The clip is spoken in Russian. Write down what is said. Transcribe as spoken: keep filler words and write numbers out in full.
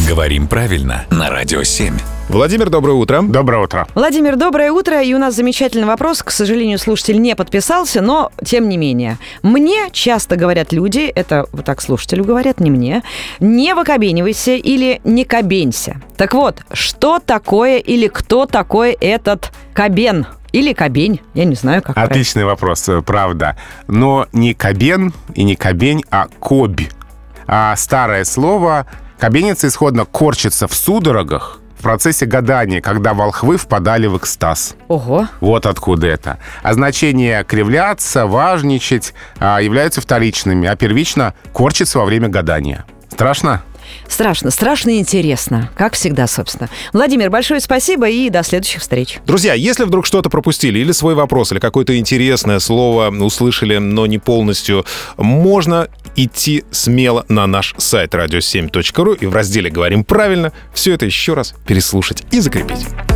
Говорим правильно на Радио семь. Владимир, доброе утро. Доброе утро. Владимир, доброе утро. И у нас замечательный вопрос. К сожалению, слушатель не подписался, но тем не менее. Мне часто говорят люди, это вот так слушателю говорят, не мне, не выкобенивайся или не кобенься. Так вот, что такое или кто такой этот кобен? Или кобень, я не знаю, как Отличный правильно. Вопрос, правда. Но не кобен и не кобень, а кобь. А старое слово кобениться исходно корчится в судорогах в процессе гадания, когда волхвы впадали в экстаз. Ого. Вот откуда это. А значения кривляться, важничать а, являются вторичными, а первично корчится во время гадания. Страшно? Страшно, страшно и интересно. Как всегда, собственно. Владимир, большое спасибо и до следующих встреч. Друзья, если вдруг что-то пропустили, или свой вопрос, или какое-то интересное слово услышали, но не полностью, можно идти смело на наш сайт радио семь точка ру и в разделе «Говорим правильно» все это еще раз переслушать и закрепить.